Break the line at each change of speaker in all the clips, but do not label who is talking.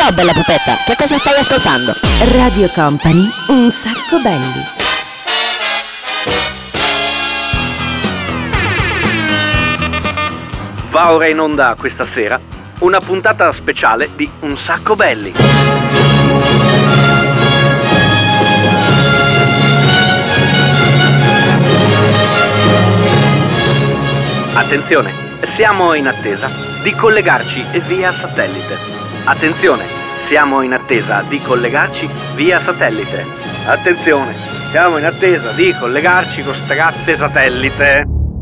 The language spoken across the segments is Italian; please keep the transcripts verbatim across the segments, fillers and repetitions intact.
Ciao bella pupetta, che cosa stai ascoltando?
Radio Company, un sacco belli.
Va ora in onda questa sera una puntata speciale di Un Sacco Belli. Attenzione, siamo in attesa di collegarci via satellite. Attenzione, siamo in attesa di collegarci via satellite. Attenzione, siamo in attesa di collegarci con sta cazzo satellite.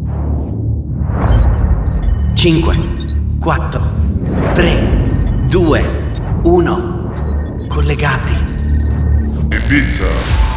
cinque, quattro, tre, due, uno. Collegati.
Ibiza.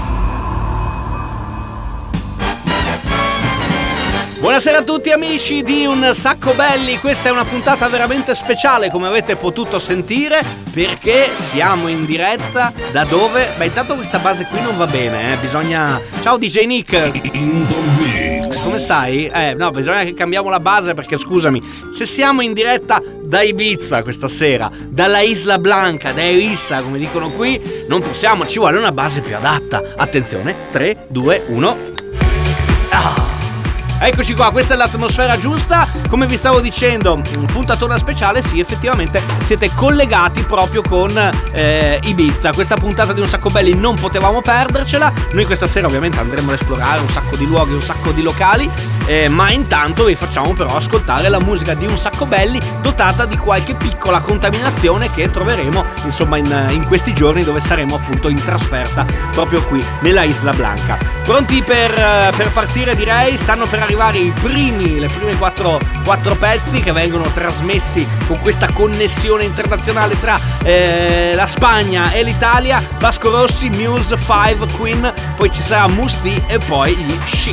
Buonasera a tutti amici di Un Sacco Belli, questa è una puntata veramente speciale come avete potuto sentire perché siamo in diretta da dove? Beh intanto questa base qui non va bene, eh? Bisogna... Ciao D J Nick!
In the mix.
Come stai? Eh no, bisogna che cambiamo la base perché scusami, se siamo in diretta da Ibiza questa sera, dalla Isla Blanca, da Erissa come dicono qui, non possiamo, ci vuole una base più adatta. Attenzione, tre, due, uno... Ah! Eccoci qua, questa è l'atmosfera giusta. Come vi stavo dicendo, puntatona speciale, sì, effettivamente siete collegati proprio con eh, Ibiza. Questa puntata di Un Sacco Belli non potevamo perdercela. Noi questa sera ovviamente andremo ad esplorare un sacco di luoghi, un sacco di locali, eh, ma intanto vi facciamo però ascoltare la musica di Un Sacco Belli, dotata di qualche piccola contaminazione che troveremo insomma in, in questi giorni dove saremo appunto in trasferta proprio qui nella Isla Blanca. Pronti per, per partire direi? Stanno per arrivare i primi, le prime quattro, quattro pezzi che vengono trasmessi con questa connessione internazionale tra eh, la Spagna e l'Italia. Vasco Rossi, Muse, Five, Queen, poi ci sarà Musti e poi gli Chic.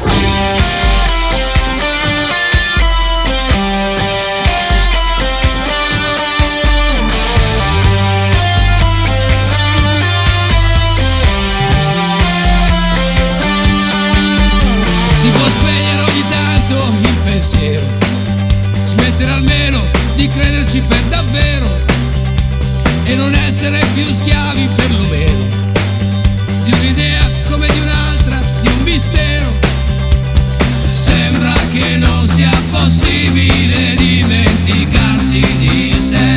Smettere almeno di crederci per davvero e non essere più schiavi perlomeno di un'idea come di un'altra, di un mistero. Sembra che non sia possibile dimenticarsi di sé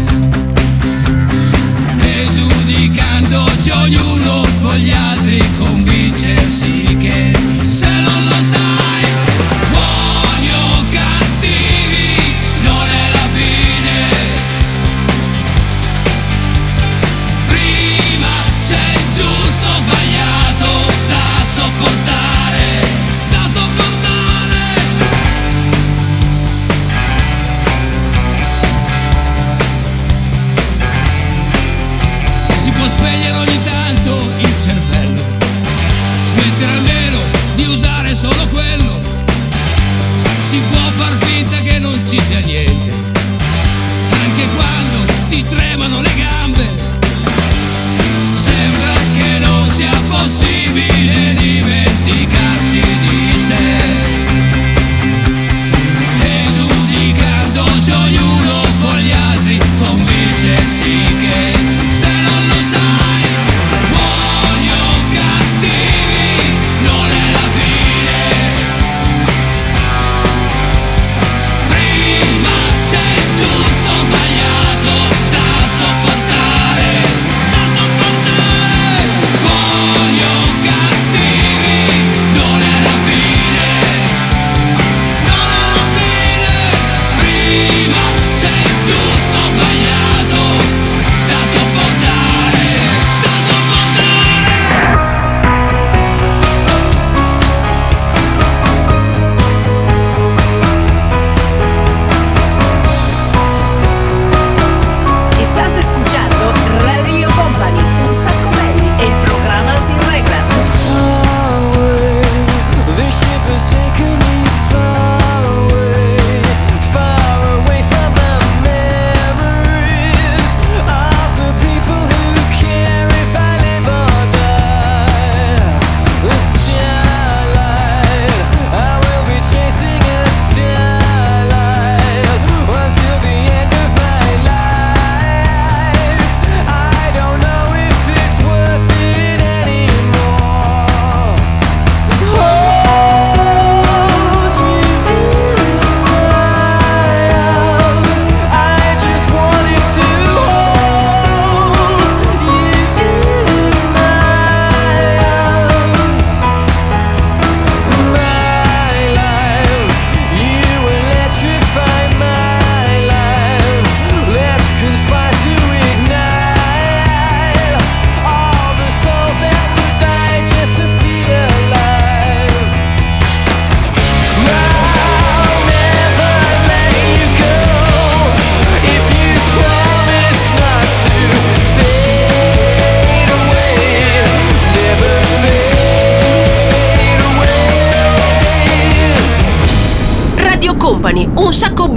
e giudicandoci ognuno con gli altri convincersi che se non lo sai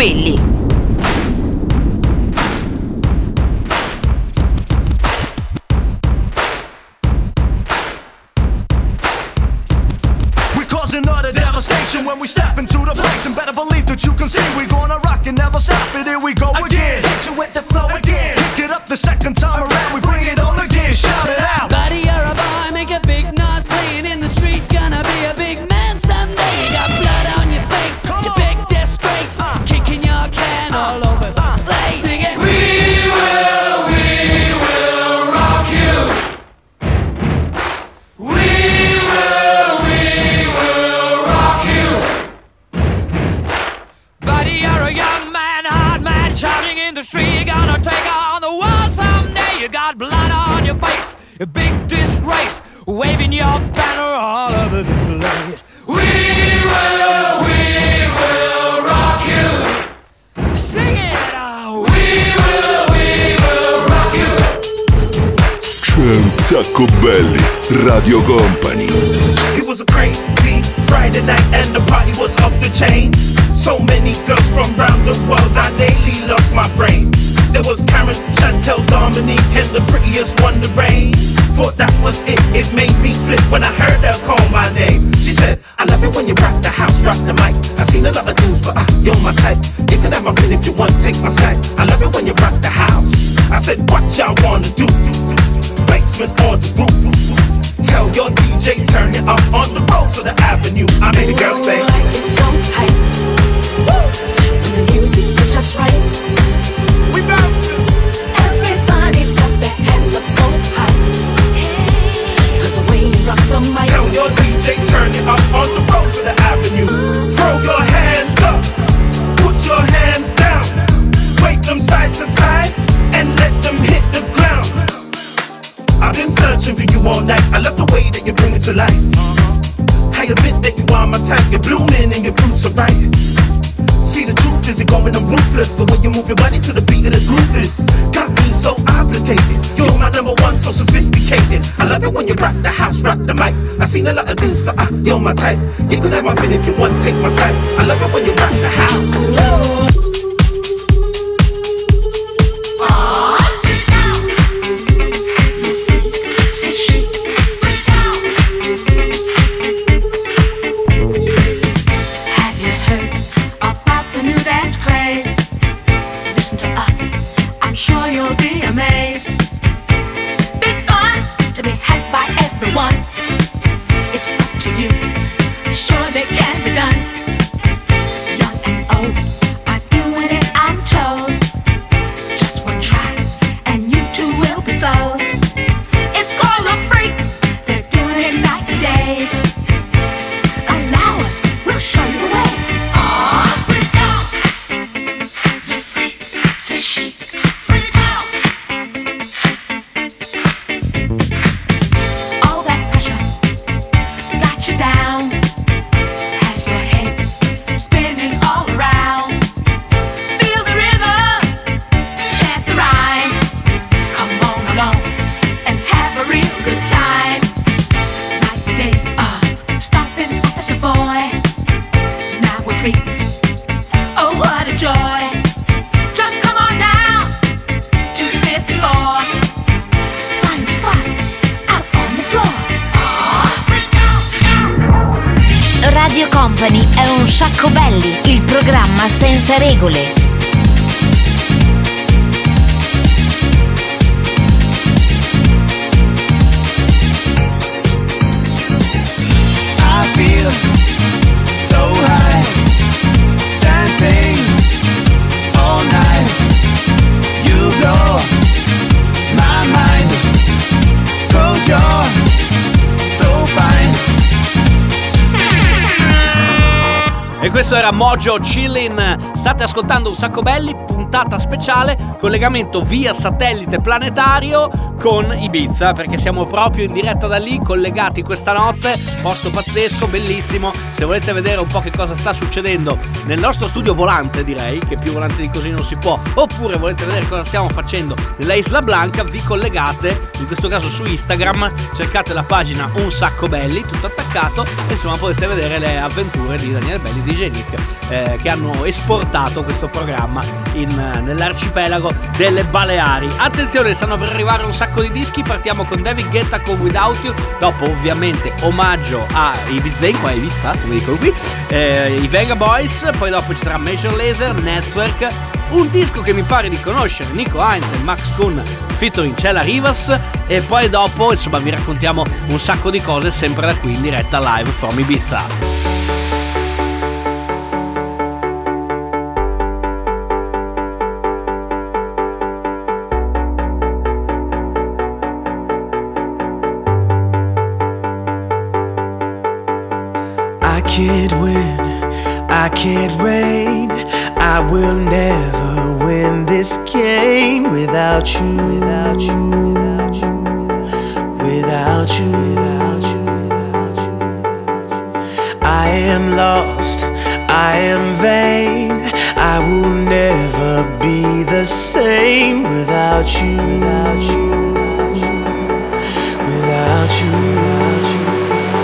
Belli.
Another devastation when we step into the place, and better believe that you can see we gonna rock and never stop it. Here we go again, hit you with the flow again. Pick it up the second time around, we bring it on again. Shout it out.
Buddy, you're a boy, make a big noise playing in the street. Gonna be a big man someday. You got blood on your face, you big disgrace, uh, kicking your can uh, all over the uh, place. Sing it. We will, we will rock you. We shouting in the street, you're gonna take on the world someday. You got blood on your face, a big disgrace, waving your banner all over the place. We will, we will rock you. Sing it out. We will, we will rock you.
C'è un sacco belli, Radio Company.
It was a crazy Friday night and the party was off the chain. So many girls from round the world, I daily lost my brain. There was Karen, Chantel, Dominique, and the prettiest one, Lorraine. Thought that was it, it made me split when I heard her call my name. She said, I love it when you rock the house, rock the mic. I seen a lot of dudes, but uh, you're my type. You can have my pin if you want, take my side. I love it when you rock the house. I said, what y'all wanna do? Basement or the roof? Tell your D J, turn it up on the road to the avenue. I made the girl say,
it's so hype. When the music is just right,
we bouncing.
Everybody's got their hands up so high. Hey, cause the way you rock the mic.
Tell your D J, turn it up on the road to the avenue. Throw your hands up, put your hands down. Wave them side to side and let them hit the ground. I've been searching for you all night. I love the way that you bring it to life. I admit that you are my type. You're blooming and your fruits are right. See, the truth is you're going on ruthless. The way you move your body to the beat of the groove is got me so obligated. You're my number one, so sophisticated. I love it when you rock the house, rock the mic. I seen a lot of dudes, but uh, you're my type. You could have my pin if you want, take my side. I love it when you rock the house.
Radio Company è un sacco belli, il programma senza regole.
I feel so high, dancing all night. You blow my mind, 'cause you're so fine.
E questo era Mojo Chillin'. State ascoltando Un Sacco Belli, puntata speciale, collegamento via satellite planetario con Ibiza, perché siamo proprio in diretta da lì, collegati questa notte, posto pazzesco, bellissimo. Se volete vedere un po' che cosa sta succedendo nel nostro studio volante, direi che più volante di così non si può, oppure volete vedere cosa stiamo facendo nella Isla Blanca, vi collegate in questo caso su Instagram, cercate la pagina Un Sacco Belli, tutto attaccato, e insomma potete vedere le avventure di Daniele Belli e D J Nick, eh, che hanno esportato questo programma in, nell'arcipelago delle Baleari. Attenzione, stanno per arrivare un sacco di dischi. Partiamo con David Guetta con Without You, dopo ovviamente omaggio a Ibizenco, hai visto? Come dicono qui, eh, i Vega Boys, poi dopo ci sarà Major Lazer, Network, un disco che mi pare di conoscere, Nico Heinz e Max Kuhn featuring Cella Rivas, e poi dopo insomma vi raccontiamo un sacco di cose sempre da qui in diretta live from Ibiza.
I can't win, I can't reign, I will never win this game without you, without you, without you, without you, without you, without you. I am lost, I am vain, I will never be the same without you, without you, without you, without you, without you.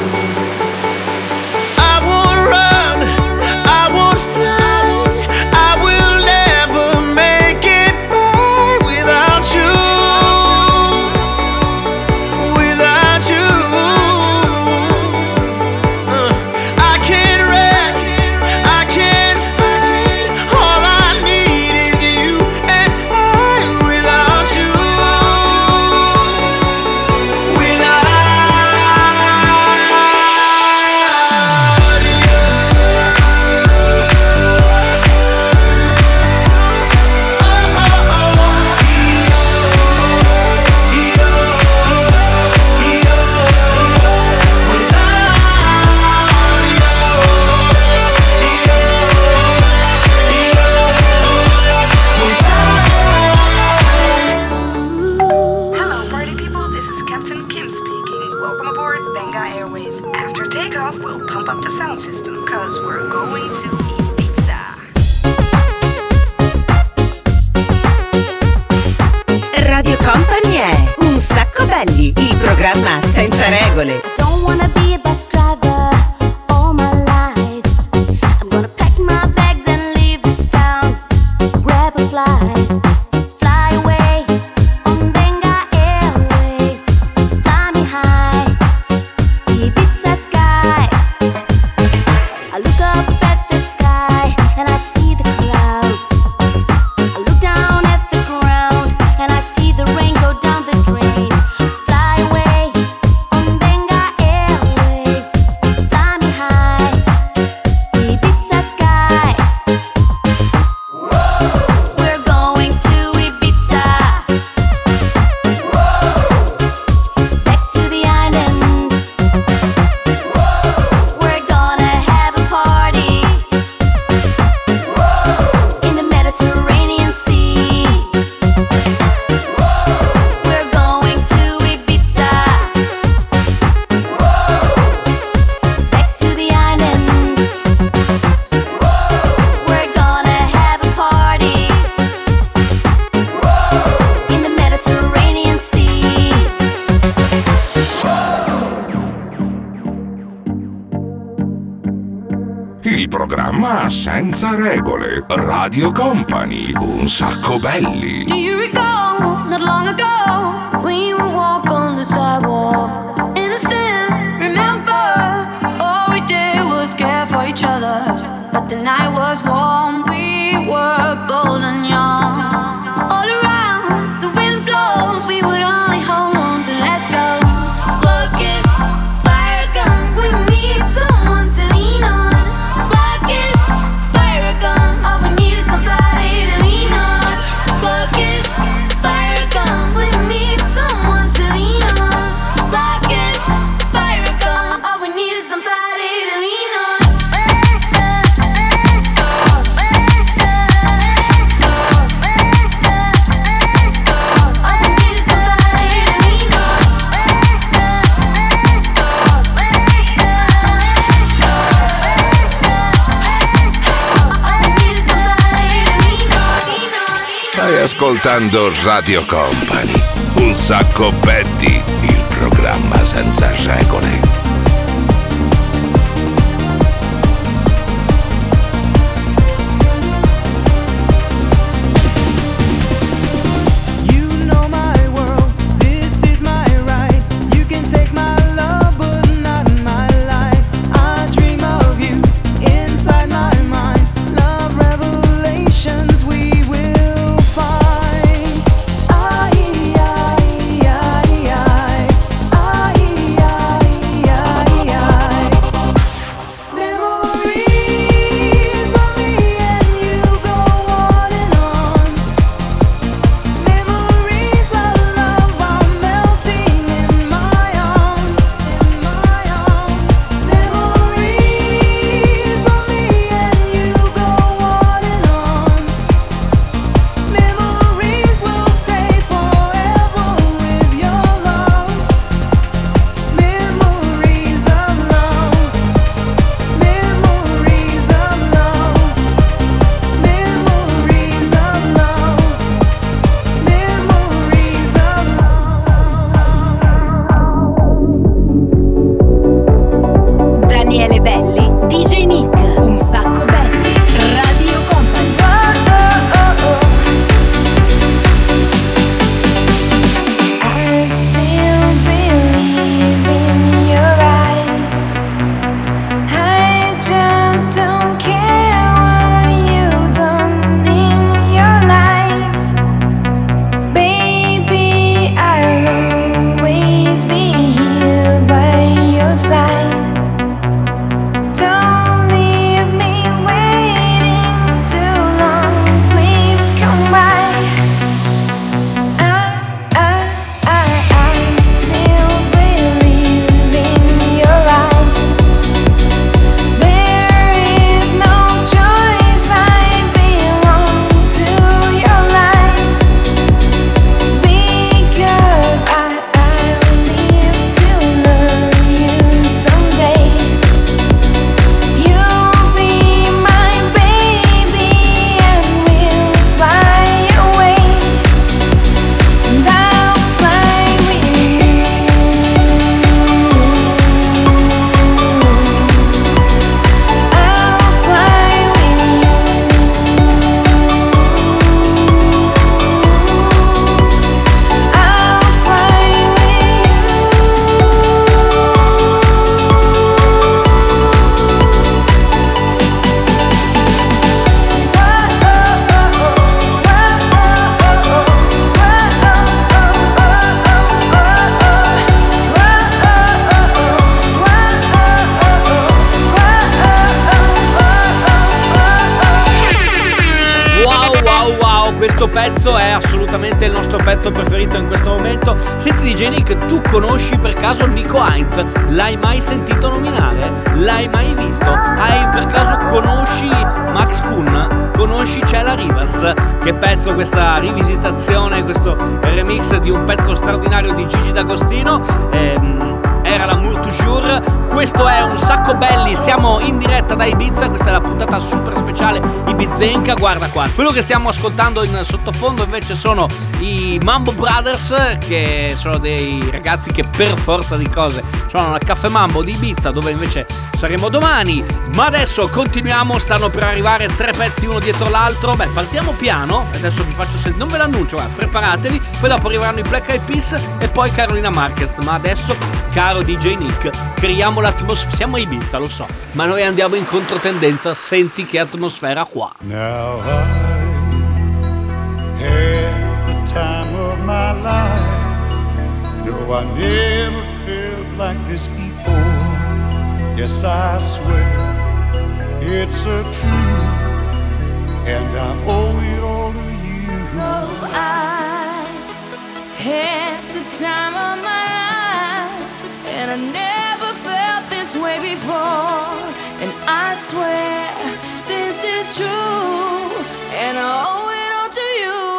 Il programma senza regole.
Don't wanna be a bus driver all my life. I'm gonna pack my bags and leave this town. Grab a flight, fly away on Benga Airways. Fly me high, Ibiza sky. I look up at the sky and I see the clouds. I look down at the ground and I see the rain go down the drain.
Senza regole, Radio Company, Un Sacco Belli.
Do you recall, not long ago, when you would walk on the sidewalk? Innocent, remember, all we did was care for each other. But the night was warm, we were bold and young. All around, the wind blows, we would only hold on to let go. Focus, fire gun, we need someone to lean on. All we need is somebody to lean on. Focus, fire gun. We need someone to lean on.
Stai ascoltando Radio Company, un sacco belli, il programma senza regole.
Questo pezzo è assolutamente il nostro pezzo preferito in questo momento. Senti D J Nick, tu conosci per caso Nico Heinz? L'hai mai sentito nominare? L'hai mai visto? Hai per caso conosci Max Kuhn? Conosci Cela Rivas? Che pezzo questa rivisitazione, questo remix di un pezzo straordinario di Gigi D'Agostino. Ehm, era l'amour toujours. Questo è Un Sacco Belli, siamo in diretta da Ibiza, questa è la puntata super speciale ibizenca. Guarda qua, quello che stiamo ascoltando in sottofondo invece sono i Mambo Brothers, che sono dei ragazzi che per forza di cose suonano al Caffè Mambo di Ibiza, dove invece saremo domani. Ma adesso continuiamo, stanno per arrivare tre pezzi uno dietro l'altro. Beh, partiamo piano, adesso vi faccio sentire, non ve l'annuncio, guarda, preparatevi, poi dopo arriveranno i Black Eyed Peas e poi Carolina Marquez. Ma adesso, caro D J Nick, creiamo l'atmosfera. Siamo a Ibiza, lo so, ma noi andiamo in controtendenza. Senti che atmosfera qua.
Now I had the time of my life. No, I never felt like this before. Yes, I swear it's a truth, and I owe it all to you.
Oh, I had the time of my life, and I never felt this way before. And I swear this is true, and I owe it all to you.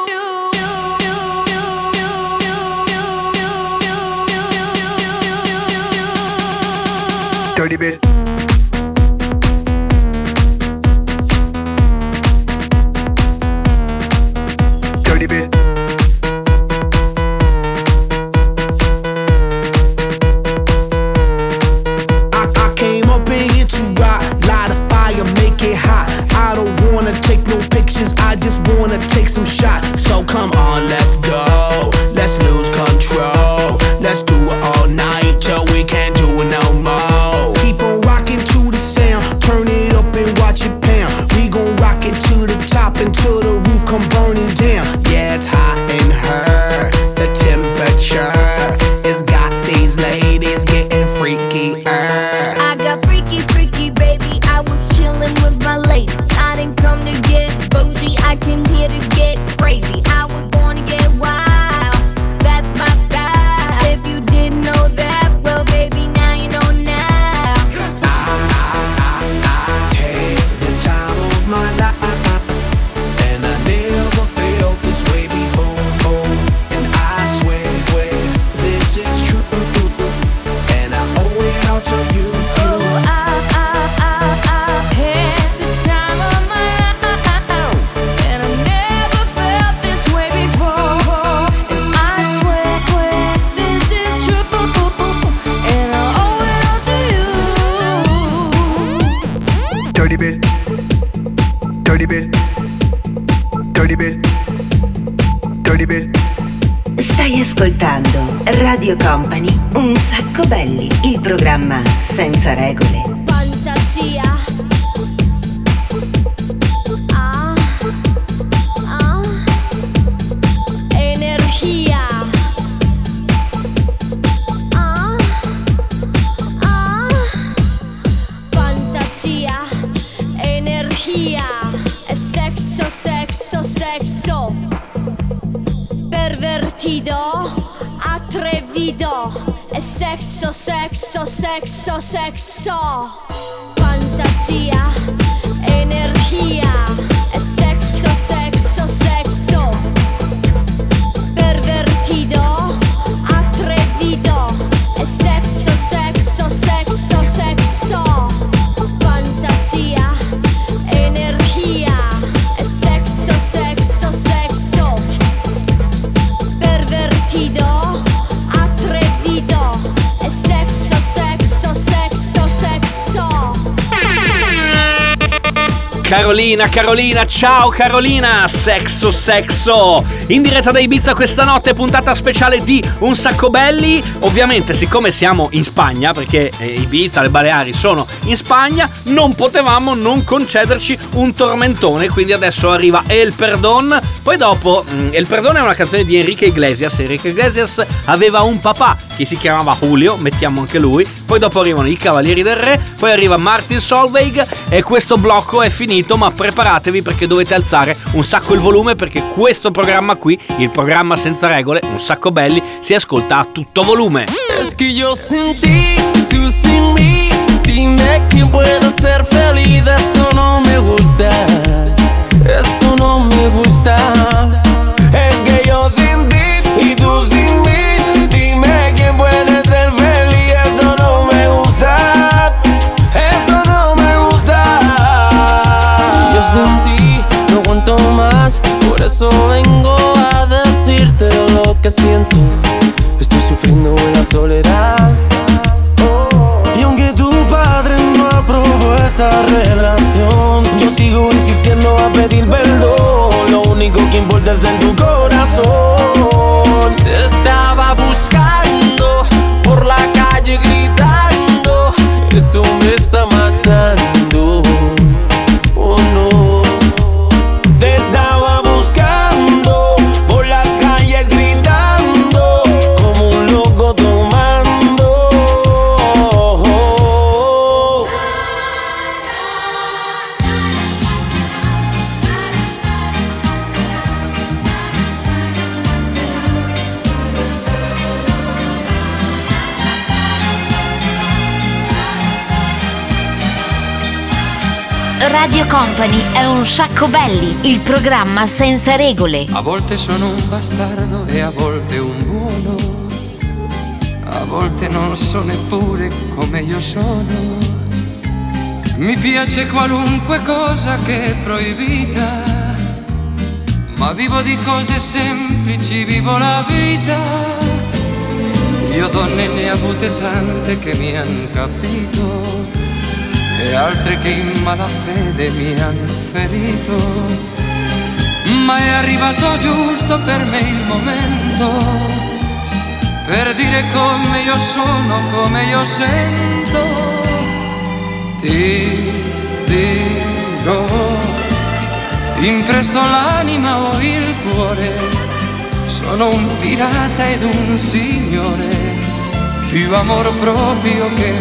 Dirty bit. Dirty
take some shots. So come on, let's go. Let's lose control. Let's do it all night till we can't do it no more. Keep on rocking to the sound, turn it up and watch it pound. We gon' rock it to the top until the roof come burning down. Yeah, it's hot in her. The temperature has got these ladies getting freaky.
I got freaky, freaky, baby. I was chillin' with my ladies. I didn't come to get bougie, I came here to get crazy. I was born to get wild, that's my style. If you didn't know that, well, baby, now you know now.
I had the time of my life, and I never felt this way before. And I swear, this is true, and I owe it all to you.
Oh, I, I, I, I had the time of my life, and I never felt this way before. And I swear, this is true, and I owe it all to you.
Dirty bit, dirty bit, dirty bit, dirty bit.
Stai ascoltando Radio Company, Un Sacco Belli, il programma senza regole.
Fantasia. Ah, ah. Energia. Ah, ah. Fantasia. Energia. E sexo, sexo, sexo. Pervertido, atrevido. E sexo, sexo, sexo, sexo. Fantasia, energia. E sexo, sexo, sexo. Pervertido, atrevido. E sexo, sexo, sexo, sexo. Fantasia, energia. E sexo, sexo, sexo. Pervertido, atrevido. E sexo, sexo, sexo, sexo.
Carolina, Carolina, ciao Carolina, sexo, sexo, in diretta da Ibiza questa notte, puntata speciale di Un Sacco Belli. Ovviamente, siccome siamo in Spagna, perché eh, Ibiza, le Baleari sono in Spagna, non potevamo non concederci un tormentone, quindi adesso arriva El Perdón. Poi dopo, mh, El Perdón è una canzone di Enrique Iglesias. Enrique Iglesias aveva un papà che si chiamava Julio, mettiamo anche lui. Poi dopo arrivano i Cavalieri del Re, poi arriva Martin Solveig e questo blocco è finito, ma preparatevi perché dovete alzare un sacco il volume, perché questo programma qui, il programma senza regole, Un Sacco Belli, si ascolta a tutto volume.
Es que yo sin ti, tú sin mí, dime quién puede ser feliz. Esto no me gusta, esto no me gusta.
Es que yo sin ti y tú sin mí, dime quién puede ser feliz. Eso no me gusta, eso no me gusta.
Yo sin ti no aguanto más, por eso vengo a decirte lo que siento. Estoy sufriendo en la soledad.
Y aunque tu padre no aprobó esta relación, yo sigo insistiendo a pedir perdón. Lo único que importa es en tu corazón.
Te estaba buscando por la calle gritando, esto me está matando. Oh no.
Te estaba buscando por las calles gritando, como un loco tomando.
Radio Company è Un Sacco Belli, il programma senza regole.
A volte sono un bastardo e a volte un buono. A volte non so neppure come io sono. Mi piace qualunque cosa che è proibita, ma vivo di cose semplici, vivo la vita. Io donne ne ho avute tante che mi han capito e altre che in malafede mi hanno ferito. ma è arrivato giusto per me il momento per dire come io sono, come io sento. Ti dirò, impresto l'anima o il cuore, sono un pirata ed un signore, più amor proprio che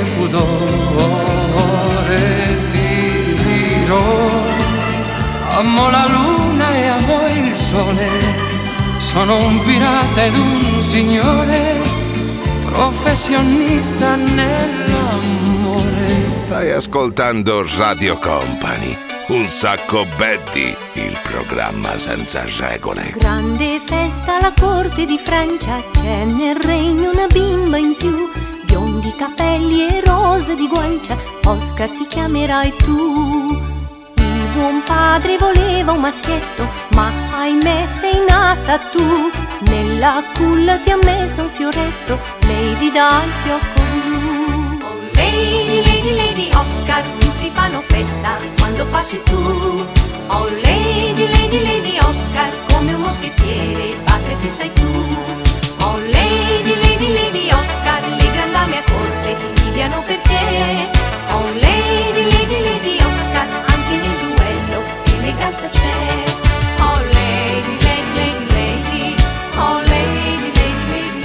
pudore. Ti dirò, amo la luna e amo il sole, sono un pirata ed un signore, professionista nell'amore.
Stai ascoltando Radio Company, un sacco belli, il programma senza regole.
Grande festa alla corte di Francia, c'è nel regno una bimba in più, biondi capelli e rose di guancia, Oscar ti chiamerai tu. Il buon padre voleva un maschietto, ma ahimè sei nata tu, nella culla ti ha messo un fioretto, Lady dal fiocco blu. Oh Lady, Lady, Lady Oscar, tutti fanno festa quando passi tu. Oh Lady, Lady, Lady Oscar, come un moschettiere, padre che sei tu. Oh Lady, Lady, Lady Oscar, le grandame a corte ti invidiano per te. Oh Lady, Lady, Lady Oscar, anche nel duello eleganza c'è. Oh Lady, Lady, Lady, Lady, oh Lady, Lady, Lady,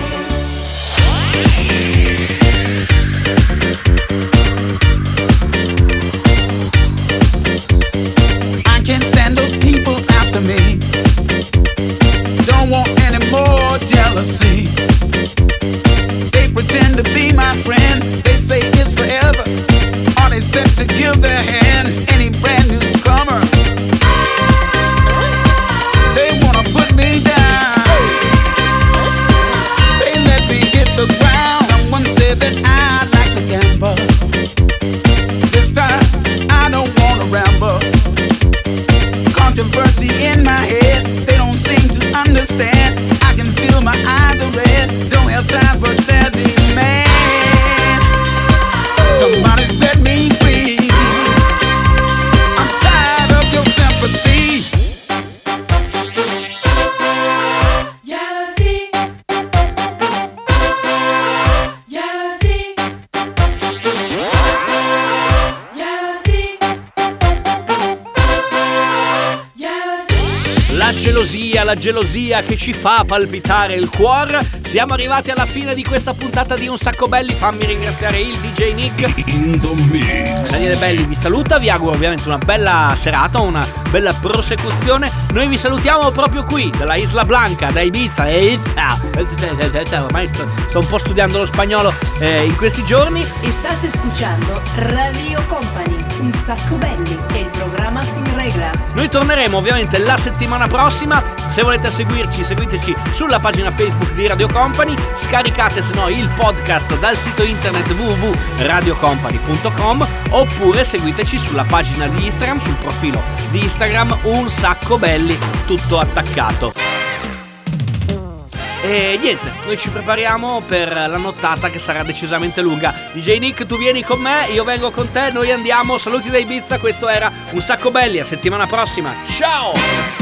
I can't stand those people after me, don't want any more jealousy. They pretend to be my friend, they say it's forever, are they set to give their hand? Any brand newcomer, they wanna put me down, they let me hit the ground. Someone said that I like to gamble, this time I don't wanna ramble. Controversy in my head, they don't seem to understand. I can feel my eyes are red, don't have time for their demand. Somebody set me free, I'm tired of your sympathy.
Jealousy, jealousy, jealousy,
La gelosia, la gelosia che ci fa palpitare il cuore. Siamo arrivati alla fine di questa puntata di Un Sacco Belli. Fammi ringraziare il D J Nick
In the mix.
Daniele Belli vi saluta, vi auguro ovviamente una bella serata, una bella prosecuzione. Noi vi salutiamo proprio qui dalla Isla Blanca, da Ibiza e ormai sto, sto un po' studiando lo spagnolo eh, in questi giorni.
Estás escuchando Radio Company, Un Sacco Belli, el programa sin reglas.
Noi torneremo ovviamente la settimana prossima. Se volete seguirci, seguiteci sulla pagina Facebook di Radio Company, scaricate se no il podcast dal sito internet w w w punto radio company punto com, oppure seguiteci sulla pagina di Instagram, sul profilo di Instagram Un Sacco Belli, tutto attaccato. E niente, noi ci prepariamo per la nottata che sarà decisamente lunga. D J Nick, tu vieni con me, io vengo con te, noi andiamo. Saluti da Ibiza, questo era Un Sacco Belli, a settimana prossima, ciao!